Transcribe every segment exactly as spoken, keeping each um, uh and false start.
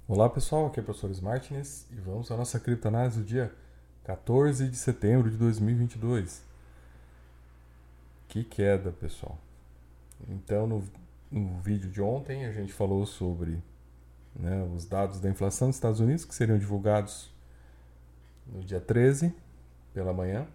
Olá pessoal, aqui é o professor Smartness e vamos à nossa criptoanálise do dia quatorze de setembro de dois mil e vinte e dois. Que queda, pessoal. Então, no, no vídeo de ontem a gente falou sobre, né, os dados da inflação dos Estados Unidos que seriam divulgados no dia treze pela manhã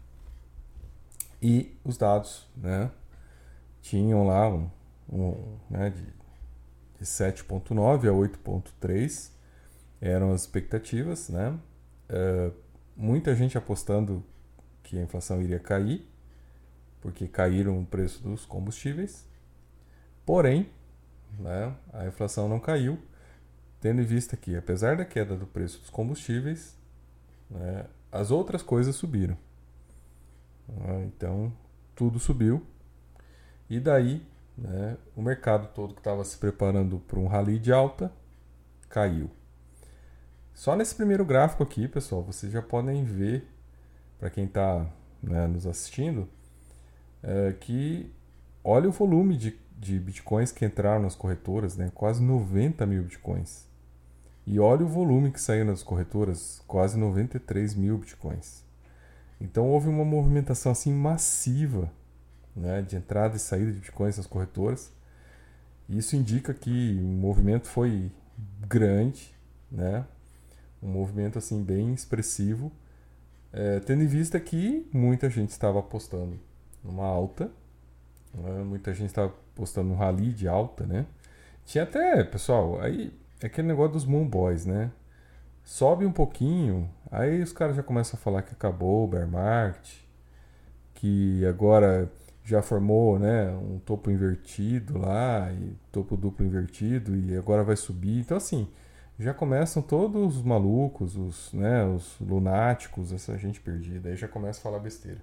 e os dados, né, tinham lá um, um né, de, de sete vírgula nove a oito vírgula três eram as expectativas, né? Uh, muita gente apostando que a inflação iria cair, porque caíram o preço dos combustíveis. Porém, né, a inflação não caiu, tendo em vista que, apesar da queda do preço dos combustíveis, né, as outras coisas subiram. Né, então, tudo subiu. E daí, né, o mercado todo que estava se preparando para um rally de alta, caiu. Só nesse primeiro gráfico aqui, pessoal, vocês já podem ver, para quem está, né, nos assistindo, é, que olha o volume de, de bitcoins que entraram nas corretoras, né? Quase noventa mil bitcoins. E olha o volume que saiu nas corretoras, quase noventa e três mil bitcoins. Então houve uma movimentação assim massiva, né, de entrada e saída de bitcoins nas corretoras. E isso indica que o movimento foi grande, né? Um movimento assim bem expressivo, é, tendo em vista que muita gente estava apostando numa alta. Né? Muita gente estava postando um rally de alta, né? Tinha até, pessoal, aí é aquele negócio dos Moon Boys, né? Sobe um pouquinho, aí os caras já começam a falar que acabou o bear market, que agora já formou, né, um topo invertido lá, e topo duplo invertido, e agora vai subir. Então, assim, já começam todos os malucos, os, né, os lunáticos, essa gente perdida, aí já começa a falar besteira.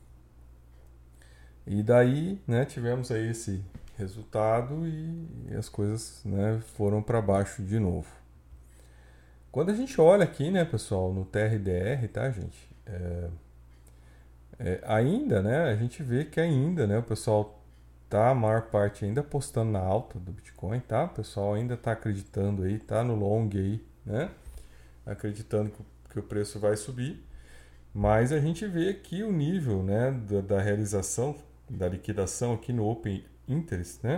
E daí, né, tivemos aí esse resultado e, e as coisas, né, foram para baixo de novo. Quando a gente olha aqui, né, pessoal, no T R D R, tá, gente? É, é, ainda, né, a gente vê que ainda, né, o pessoal tá, a maior parte ainda apostando na alta do Bitcoin, tá? O pessoal ainda tá acreditando aí, tá no long aí, né? Acreditando que, que o preço vai subir. Mas a gente vê aqui o nível, né, da, da realização, da liquidação aqui no Open Interest, né?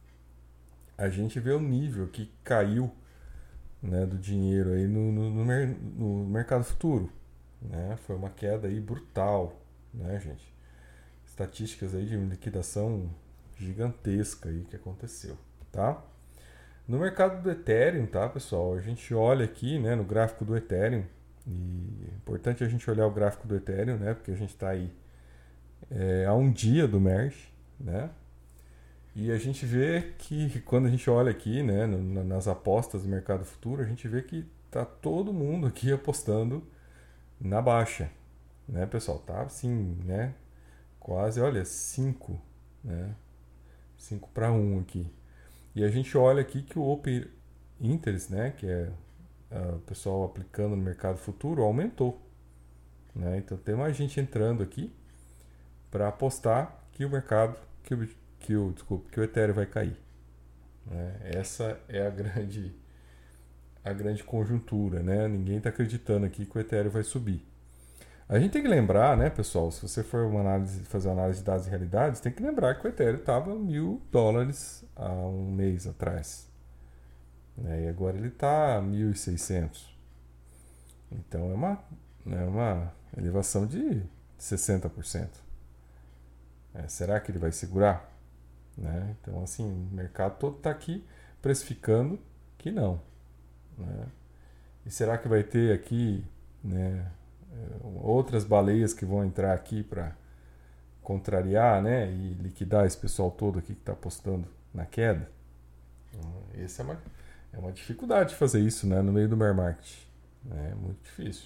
A gente vê o nível que caiu, né, do dinheiro aí no, no, no, mer no mercado futuro, né? Foi uma queda aí brutal, né, gente? Estatísticas aí de liquidação gigantesca aí que aconteceu, tá? No mercado do Ethereum, tá, pessoal? A gente olha aqui, né, no gráfico do Ethereum, e é importante a gente olhar o gráfico do Ethereum, né, porque a gente está aí é, a um dia do merge, né? E a gente vê que quando a gente olha aqui, né, no, nas apostas do mercado futuro, a gente vê que tá todo mundo aqui apostando na baixa, né, pessoal? Tá assim, né? Quase, olha, cinco, né? cinco para um aqui. E a gente olha aqui que o Open Interest, né, que é uh, o pessoal aplicando no mercado futuro, aumentou, né? Então tem mais gente entrando aqui para apostar que o mercado, que o, que o, desculpa, que o Ethereum vai cair. Né? Essa é a grande, a grande conjuntura, né? Ninguém está acreditando aqui que o Ethereum vai subir. A gente tem que lembrar, né, pessoal, se você for uma análise, fazer uma análise de dados e realidades, tem que lembrar que o Ethereum estava mil dólares há um mês atrás. Né? E agora ele está mil e seiscentos. Então é uma, é uma elevação de sessenta por cento. É, será que ele vai segurar? Né? Então, assim, o mercado todo está aqui precificando que não. Né? E será que vai ter aqui, né, outras baleias que vão entrar aqui para contrariar, né, e liquidar esse pessoal todo aqui que está apostando na queda? Essa é uma, é uma dificuldade de fazer isso, né, no meio do bear market. É muito difícil.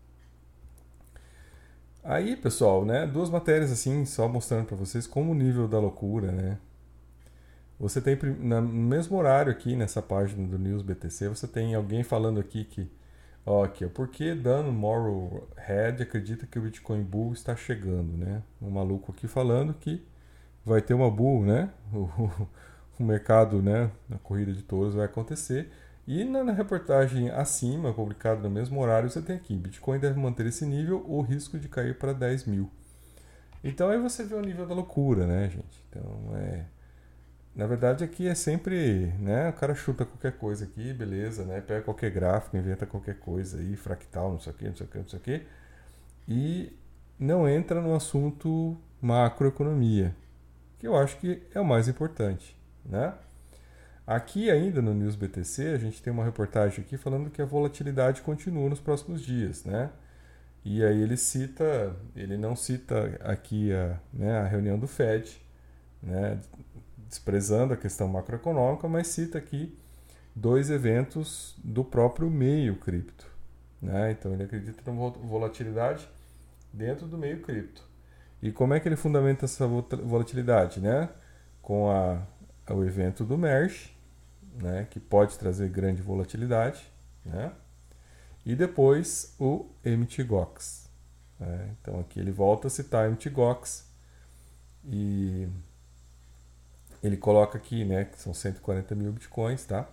Aí, pessoal, né, duas matérias assim, só mostrando para vocês como o nível da loucura, né? Você tem no mesmo horário aqui nessa página do News B T C, você tem alguém falando aqui que, ó, aqui, ó, por que Dan Morrowhead acredita que o Bitcoin Bull está chegando, né? Um maluco aqui falando que vai ter uma bull, né? O, o mercado, né, na corrida de touros vai acontecer E na, na reportagem acima, publicada no mesmo horário, você tem aqui: Bitcoin deve manter esse nível ou risco de cair para dez mil. Então aí você vê o nível da loucura, né, gente? Então é. Na verdade aqui é sempre, né? O cara chuta qualquer coisa aqui, beleza, né? Pega qualquer gráfico, inventa qualquer coisa aí, fractal, não sei o que, não sei o que, não sei o que. E não entra no assunto macroeconomia, que eu acho que é o mais importante, né? Aqui ainda no News B T C a gente tem uma reportagem aqui falando que a volatilidade continua nos próximos dias, né? E aí ele cita, ele não cita aqui a, né, a reunião do Fed, né, desprezando a questão macroeconômica, mas cita aqui dois eventos do próprio meio cripto, né? Então ele acredita na volatilidade dentro do meio cripto. E como é que ele fundamenta essa volatilidade, né? Com a, o evento do Merge, né, que pode trazer grande volatilidade, né? E depois o M T G O X. Né? Então aqui ele volta a citar M T G O X e ele coloca aqui, né, que são cento e quarenta mil bitcoins, tá?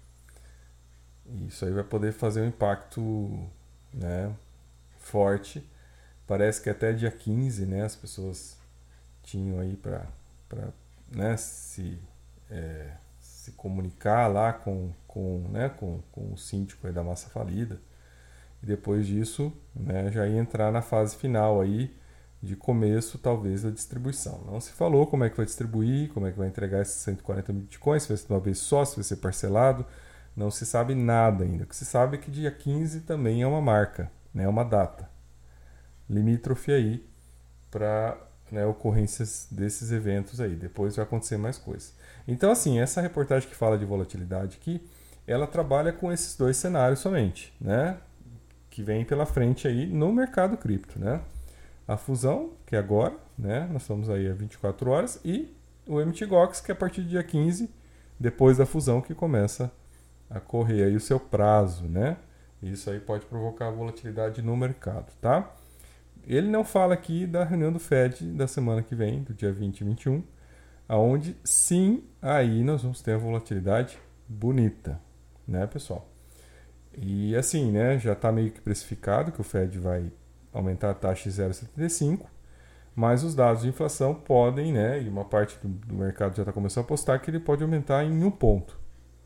E isso aí vai poder fazer um impacto, né, forte. Parece que até dia quinze, né, as pessoas tinham aí para, né, se é, se comunicar lá com, com, né, com, com o síndico aí da massa falida. E depois disso, né, já ia entrar na fase final aí de começo, talvez, da distribuição. Não se falou como é que vai distribuir, como é que vai entregar esses cento e quarenta mil bitcoins, se vai ser de uma vez só, se vai ser parcelado. Não se sabe nada ainda. O que se sabe é que dia quinze também é uma marca, né, uma data limítrofe aí para, né, ocorrências desses eventos aí. Depois vai acontecer mais coisas. Então, assim, essa reportagem que fala de volatilidade aqui, ela trabalha com esses dois cenários somente, né? Que vem pela frente aí no mercado cripto, né? A fusão, que é agora, né? Nós estamos aí há vinte e quatro horas, e o M T G O X, que é a partir do dia quinze, depois da fusão, que começa a correr aí o seu prazo, né? Isso aí pode provocar volatilidade no mercado, tá? Ele não fala aqui da reunião do Fed da semana que vem, do dia vinte e vinte e um, aonde sim, aí nós vamos ter a volatilidade bonita, né, pessoal? E assim, né, já está meio que precificado que o Fed vai aumentar a taxa em zero vírgula setenta e cinco, mas os dados de inflação podem, né, e uma parte do, do mercado já está começando a apostar que ele pode aumentar em um ponto,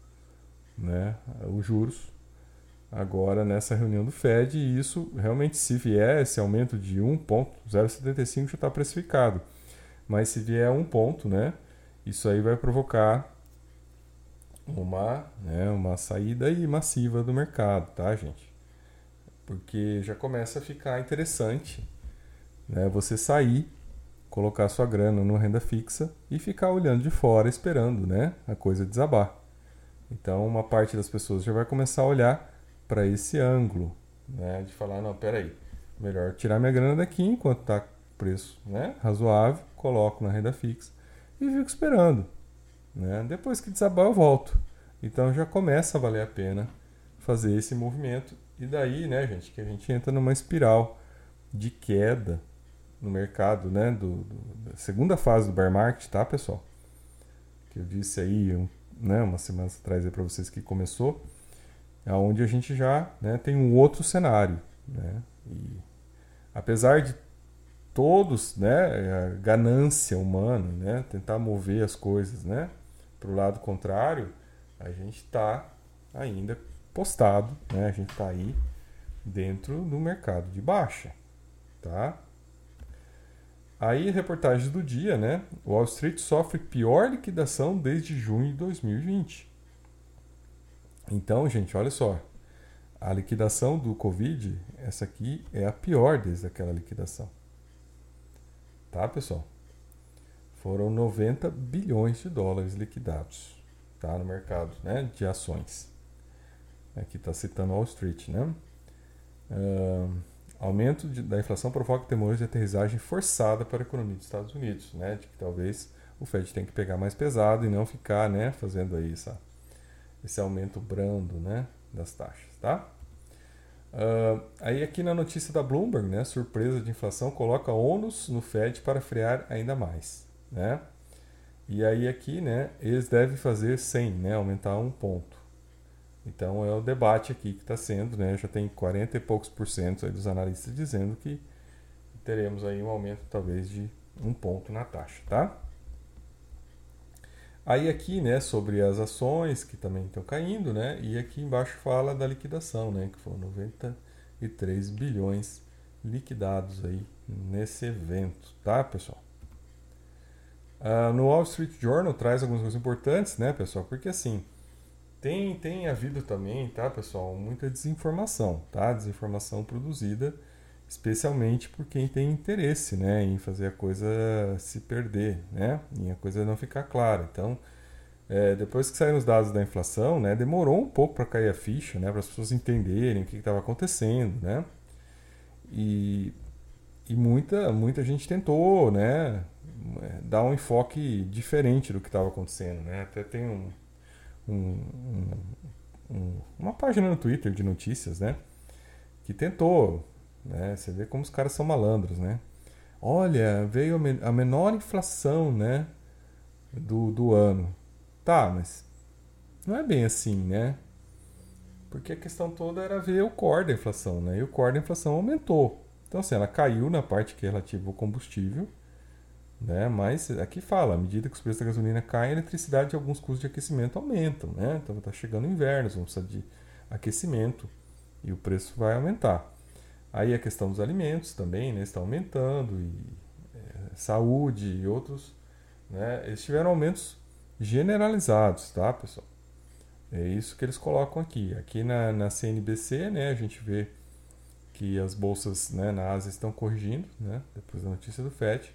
né, os juros agora nessa reunião do Fed, e isso realmente, se vier esse aumento de um ponto, zero vírgula setenta e cinco já está precificado, mas se vier um ponto, né, isso aí vai provocar uma, né, uma saída aí massiva do mercado, tá, gente? Porque já começa a ficar interessante, né, você sair, colocar sua grana numa renda fixa e ficar olhando de fora esperando, né, a coisa desabar. Então uma parte das pessoas já vai começar a olhar para esse ângulo, né, de falar, não, peraí, melhor tirar minha grana daqui enquanto está preço, né, razoável, coloco na renda fixa e fico esperando, né, depois que desabar eu volto. Então já começa a valer a pena fazer esse movimento, e daí, né, gente, que a gente entra numa espiral de queda no mercado, né, do, do, da segunda fase do bear market, tá, pessoal? Que eu disse aí, um, né, umas semanas atrás para vocês que começou, onde a gente já, né, tem um outro cenário, né? E apesar de todos, né, a ganância humana, né, tentar mover as coisas, né, para o lado contrário, a gente está ainda postado, né, a gente está aí dentro do mercado de baixa, tá? Aí, reportagens do dia, né? Wall Street sofre pior liquidação desde junho de dois mil e vinte. Então, gente, olha só. A liquidação do Covid, essa aqui é a pior desde aquela liquidação. Tá, pessoal? Foram noventa bilhões de dólares liquidados, tá, no mercado, né, de ações. Aqui está citando Wall Street, né? Uh, aumento de, da inflação provoca temores de aterrissagem forçada para a economia dos Estados Unidos, né? De que talvez o Fed tenha que pegar mais pesado e não ficar, né, fazendo aí essa, esse aumento brando, né, das taxas, tá? Uh, aí aqui na notícia da Bloomberg, né, surpresa de inflação coloca ônus no Fed para frear ainda mais, né? E aí aqui, né, eles devem fazer cem, né, aumentar um ponto. Então é o debate aqui que está sendo, né? Já tem quarenta e poucos por cento aí dos analistas dizendo que teremos aí um aumento talvez de um ponto na taxa, tá? Aí aqui, né, sobre as ações que também estão caindo, né? E aqui embaixo fala da liquidação, né? Que foram noventa e três bilhões liquidados aí nesse evento, tá, pessoal? Uh, no Wall Street Journal traz algumas coisas importantes, né, pessoal? Porque assim, tem, tem havido também, tá, pessoal, muita desinformação, tá? Desinformação produzida especialmente por quem tem interesse, né, em fazer a coisa se perder, né, em a coisa não ficar clara. Então, é, depois que saíram os dados da inflação, né, demorou um pouco para cair a ficha, né, para as pessoas entenderem o que estava acontecendo, né, e, e muita, muita gente tentou, né, dar um enfoque diferente do que estava acontecendo, né. Até tem um, um, um, um, uma página no Twitter de notícias, né, que tentou, né, você vê como os caras são malandros, né. Olha, veio a menor inflação, né, do, do ano. Tá, mas não é bem assim, né? Porque a questão toda era ver o core da inflação, né? E o core da inflação aumentou. Então, assim, ela caiu na parte que é relativa ao combustível, né? Mas aqui fala, à medida que os preços da gasolina caem, a eletricidade e alguns custos de aquecimento aumentam, né? Então está chegando o inverno, vamos precisar de aquecimento e o preço vai aumentar. Aí a questão dos alimentos também, né? Está aumentando e é, saúde e outros, né? Eles tiveram aumentos generalizados, tá, pessoal? É isso que eles colocam aqui. Aqui na, na C N B C, né, a gente vê que as bolsas, né, na Ásia estão corrigindo, né, depois da notícia do Fed.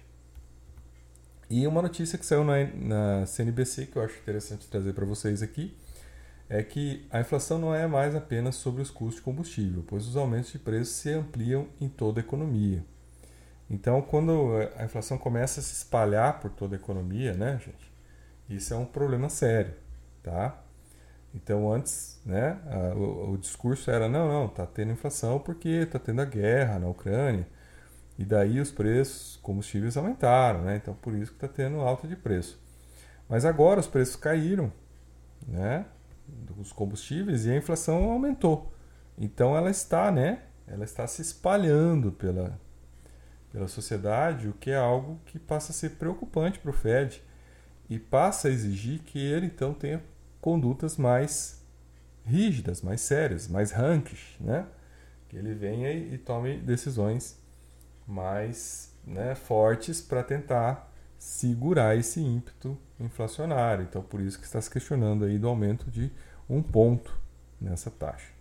E uma notícia que saiu na, na C N B C, que eu acho interessante trazer para vocês aqui, é que a inflação não é mais apenas sobre os custos de combustível, pois os aumentos de preços se ampliam em toda a economia. Então, quando a inflação começa a se espalhar por toda a economia, né, gente, isso é um problema sério, tá? Então antes, né, a, o, o discurso era não, não, tá tendo inflação porque tá tendo a guerra na Ucrânia e daí os preços combustíveis aumentaram, né? Então por isso que tá tendo alta de preço. Mas agora os preços caíram, né, dos combustíveis e a inflação aumentou. Então ela está, né, ela está se espalhando pela pela sociedade, o que é algo que passa a ser preocupante para o Fed e passa a exigir que ele então tenha condutas mais rígidas, mais sérias, mais ranques, né? Que ele venha e, e tome decisões mais, né, fortes para tentar segurar esse ímpeto inflacionário. Então, por isso que está se questionando aí do aumento de um ponto nessa taxa.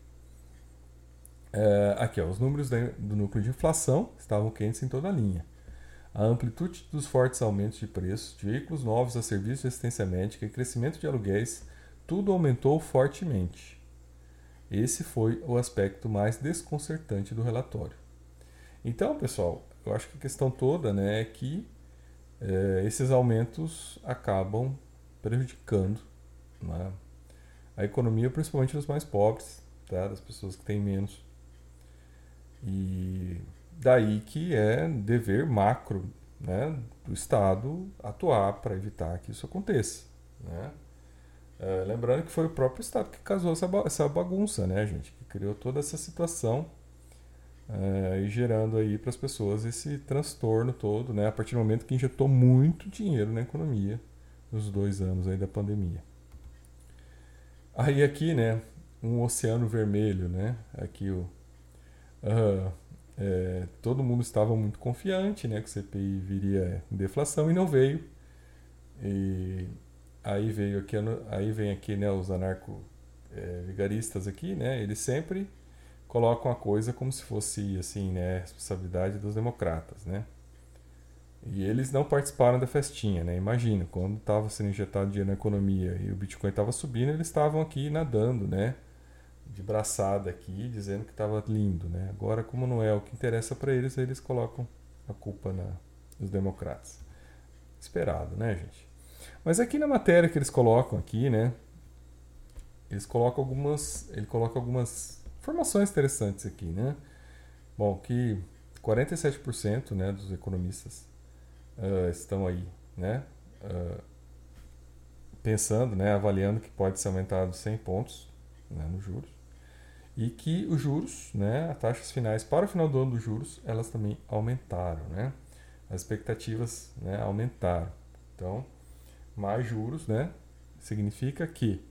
É, aqui, ó, os números do núcleo de inflação estavam quentes em toda a linha. A amplitude dos fortes aumentos de preços, de veículos novos a serviços de assistência médica e crescimento de aluguéis, tudo aumentou fortemente. Esse foi o aspecto mais desconcertante do relatório. Então, pessoal, eu acho que a questão toda, né, é que é, esses aumentos acabam prejudicando, né, a economia, principalmente dos mais pobres, tá, das pessoas que têm menos. E daí que é dever macro, né, do Estado atuar para evitar que isso aconteça, né? É, lembrando que foi o próprio Estado que causou essa, essa bagunça, né, gente? Que criou toda essa situação é, e gerando aí para as pessoas esse transtorno todo, né? A partir do momento que injetou muito dinheiro na economia nos dois anos aí da pandemia. Aí aqui, né, um oceano vermelho, né? Aqui o uh, é, todo mundo estava muito confiante, né, que o C P I viria em deflação e não veio. E aí veio aqui, aí vem aqui, né, os anarco é, vigaristas aqui, né, eles sempre colocam a coisa como se fosse assim, né, responsabilidade dos democratas, né. E eles não participaram da festinha, né? Imagina, quando estava sendo injetado dinheiro na economia e o Bitcoin estava subindo, eles estavam aqui nadando, né, de braçada aqui, dizendo que estava lindo, né? Agora, como não é o que interessa para eles, eles colocam a culpa na, nos democratas. Esperado, né, gente? Mas aqui na matéria que eles colocam aqui, né, eles colocam algumas, ele coloca algumas informações interessantes aqui, né? Bom, que quarenta e sete por cento, né, dos economistas uh, estão aí, né, uh, pensando, né, avaliando que pode ser aumentado cem pontos né, nos juros. E que os juros, né, as taxas finais para o final do ano dos juros, elas também aumentaram, né? As expectativas, né, aumentaram. Então, mais juros, né, significa que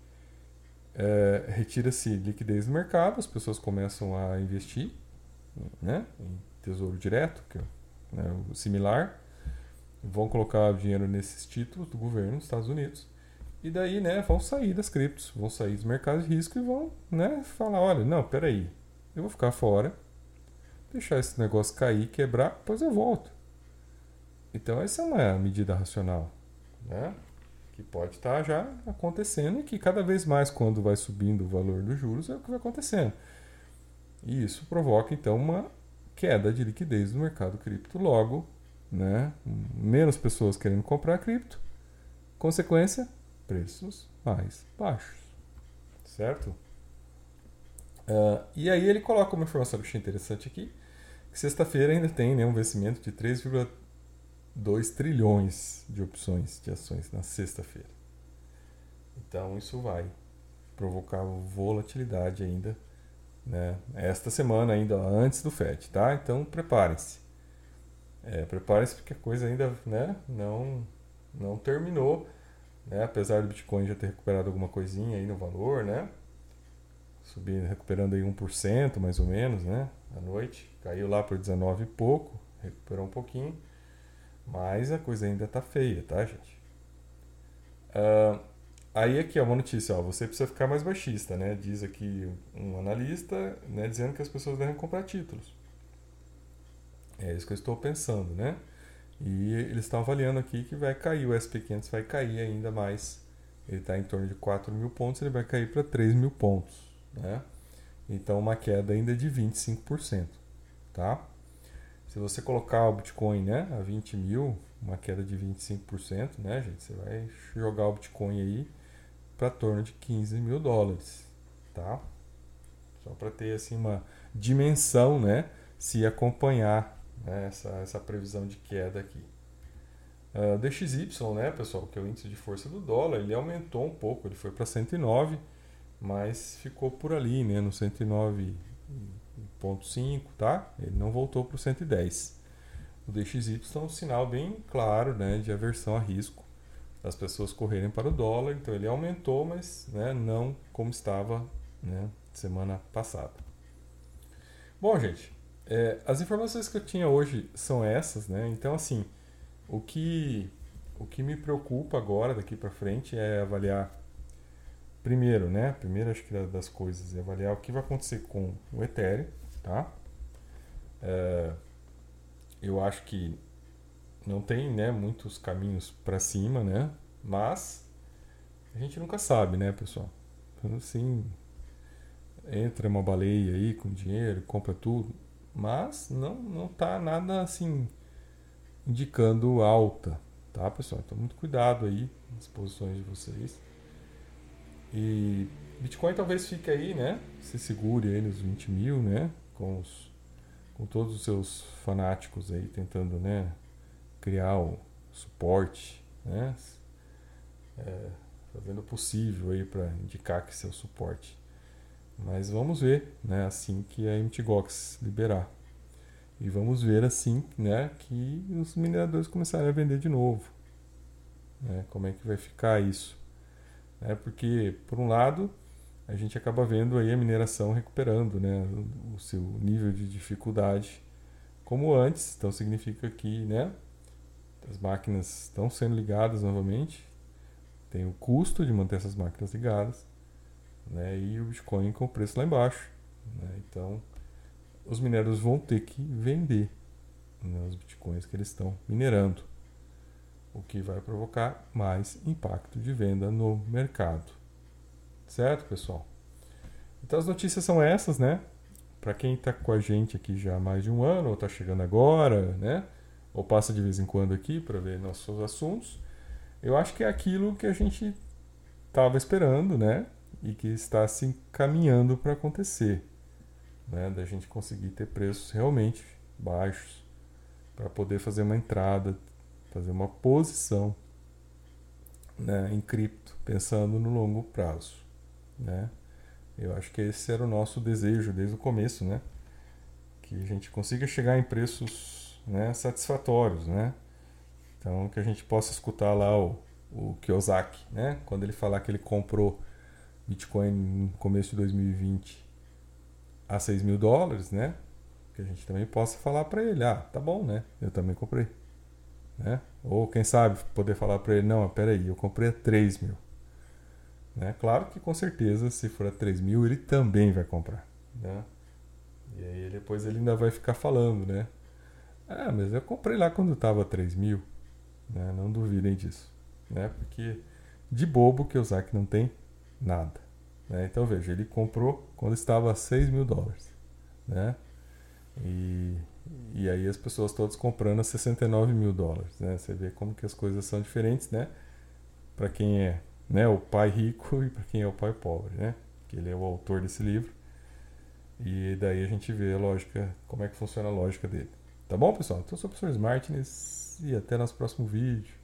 é, retira-se liquidez do mercado, as pessoas começam a investir, né, em tesouro direto, que é, né, o similar, vão colocar o dinheiro nesses títulos do governo dos Estados Unidos. E daí, né, vão sair das criptos, vão sair dos mercados de risco e vão, né, falar, olha, não, peraí, eu vou ficar fora, deixar esse negócio cair, quebrar, depois eu volto. Então essa é uma medida racional, né, que pode estar já acontecendo e que cada vez mais, quando vai subindo o valor dos juros, é o que vai acontecendo. E isso provoca, então, uma queda de liquidez do mercado cripto. Logo, né, menos pessoas querendo comprar cripto, consequência, preços mais baixos, certo? Uh, e aí ele coloca uma informação que eu achei interessante aqui, que sexta-feira ainda tem, né, um vencimento de três vírgula dois trilhões de opções de ações na sexta-feira. Então isso vai provocar volatilidade ainda, né, esta semana ainda antes do Fed, tá? Então preparem-se. É, preparem-se porque a coisa ainda, né, não, não terminou. Né? Apesar do Bitcoin já ter recuperado alguma coisinha aí no valor, né? Subindo, recuperando aí um por cento mais ou menos, né? À noite, caiu lá por dezenove e pouco, recuperou um pouquinho, mas a coisa ainda tá feia, tá, gente? Uh, aí aqui ó, uma notícia, ó, você precisa ficar mais baixista, né? Diz aqui um analista, né, dizendo que as pessoas devem comprar títulos. É isso que eu estou pensando, né? E eles estão avaliando aqui que vai cair, o S and P quinhentos vai cair ainda mais. Ele está em torno de quatro mil pontos, ele vai cair para três mil pontos. Né? Então, uma queda ainda de vinte e cinco por cento. Tá? Se você colocar o Bitcoin, né, a vinte mil, uma queda de vinte e cinco por cento, né, gente? Você vai jogar o Bitcoin aí para torno de quinze mil dólares. Tá? Só para ter assim, uma dimensão, né, se acompanhar, né, essa, essa previsão de queda aqui. Uh, D X Y, né, pessoal, que é o índice de força do dólar, ele aumentou um pouco, ele foi para cento e nove, mas ficou por ali, né, no cento e nove vírgula cinco, tá? Ele não voltou para o cento e dez. O D X Y é um sinal bem claro, né, de aversão a risco, das pessoas correrem para o dólar, então ele aumentou, mas, né, não como estava, né, semana passada. Bom, gente, é, as informações que eu tinha hoje são essas, né? Então, assim, o que, o que me preocupa agora, daqui para frente, é avaliar, primeiro, né? Primeiro, acho que das coisas, é avaliar o que vai acontecer com o Ethereum, tá? É, eu acho que não tem, né, muitos caminhos para cima, né? Mas a gente nunca sabe, né, pessoal? Então, assim, entra uma baleia aí com dinheiro, compra tudo, mas não, não tá nada assim indicando alta, tá, pessoal? Então, muito cuidado aí nas posições de vocês. E Bitcoin talvez fique aí, né? Se segure aí nos vinte mil, né? Com, os, com todos os seus fanáticos aí tentando, né, criar o suporte, né? É, fazendo o possível aí para indicar que esse é o suporte. Mas vamos ver, né, assim que a M T G O X liberar. E vamos ver assim, né, que os mineradores começarem a vender de novo. Né, como é que vai ficar isso? É porque, por um lado, a gente acaba vendo aí a mineração recuperando, né, o seu nível de dificuldade como antes. Então significa que, né, as máquinas estão sendo ligadas novamente. Tem o custo de manter essas máquinas ligadas. Né, e o Bitcoin com o preço lá embaixo. Né, então, os minérios vão ter que vender, né, os Bitcoins que eles estão minerando, o que vai provocar mais impacto de venda no mercado. Certo, pessoal? Então, as notícias são essas, né? Para quem está com a gente aqui já há mais de um ano, ou está chegando agora, né? Ou passa de vez em quando aqui para ver nossos assuntos, eu acho que é aquilo que a gente estava esperando, né? E que está se encaminhando para acontecer, né? Da gente conseguir ter preços realmente baixos para poder fazer uma entrada, fazer uma posição, né, em cripto, pensando no longo prazo, né? Eu acho que esse era o nosso desejo desde o começo, né? Que a gente consiga chegar em preços, né, satisfatórios, né? Então, que a gente possa escutar lá o, o Kiyosaki, né? Quando ele falar que ele comprou Bitcoin no começo de dois mil e vinte a seis mil dólares, né? Que a gente também possa falar para ele, ah, tá bom, né? Eu também comprei, né? Ou quem sabe poder falar para ele, não, peraí, eu comprei a três mil. Né? Claro que com certeza, se for a três mil, ele também vai comprar, né? E aí depois ele ainda vai ficar falando, né? Ah, mas eu comprei lá quando estava a três mil, né? Não duvidem disso, né? Porque de bobo que o Kiyosaki não tem nada, né? Então veja, ele comprou quando estava a seis mil dólares, né? E, e aí as pessoas todas comprando a sessenta e nove mil dólares, né? Você vê como que as coisas são diferentes, né? Para quem é, né, o pai rico e para quem é o pai pobre, né? Que ele é o autor desse livro. E daí a gente vê a lógica, como é que funciona a lógica dele. Tá bom, pessoal? Então eu sou o professor Martins e até nosso próximo vídeo.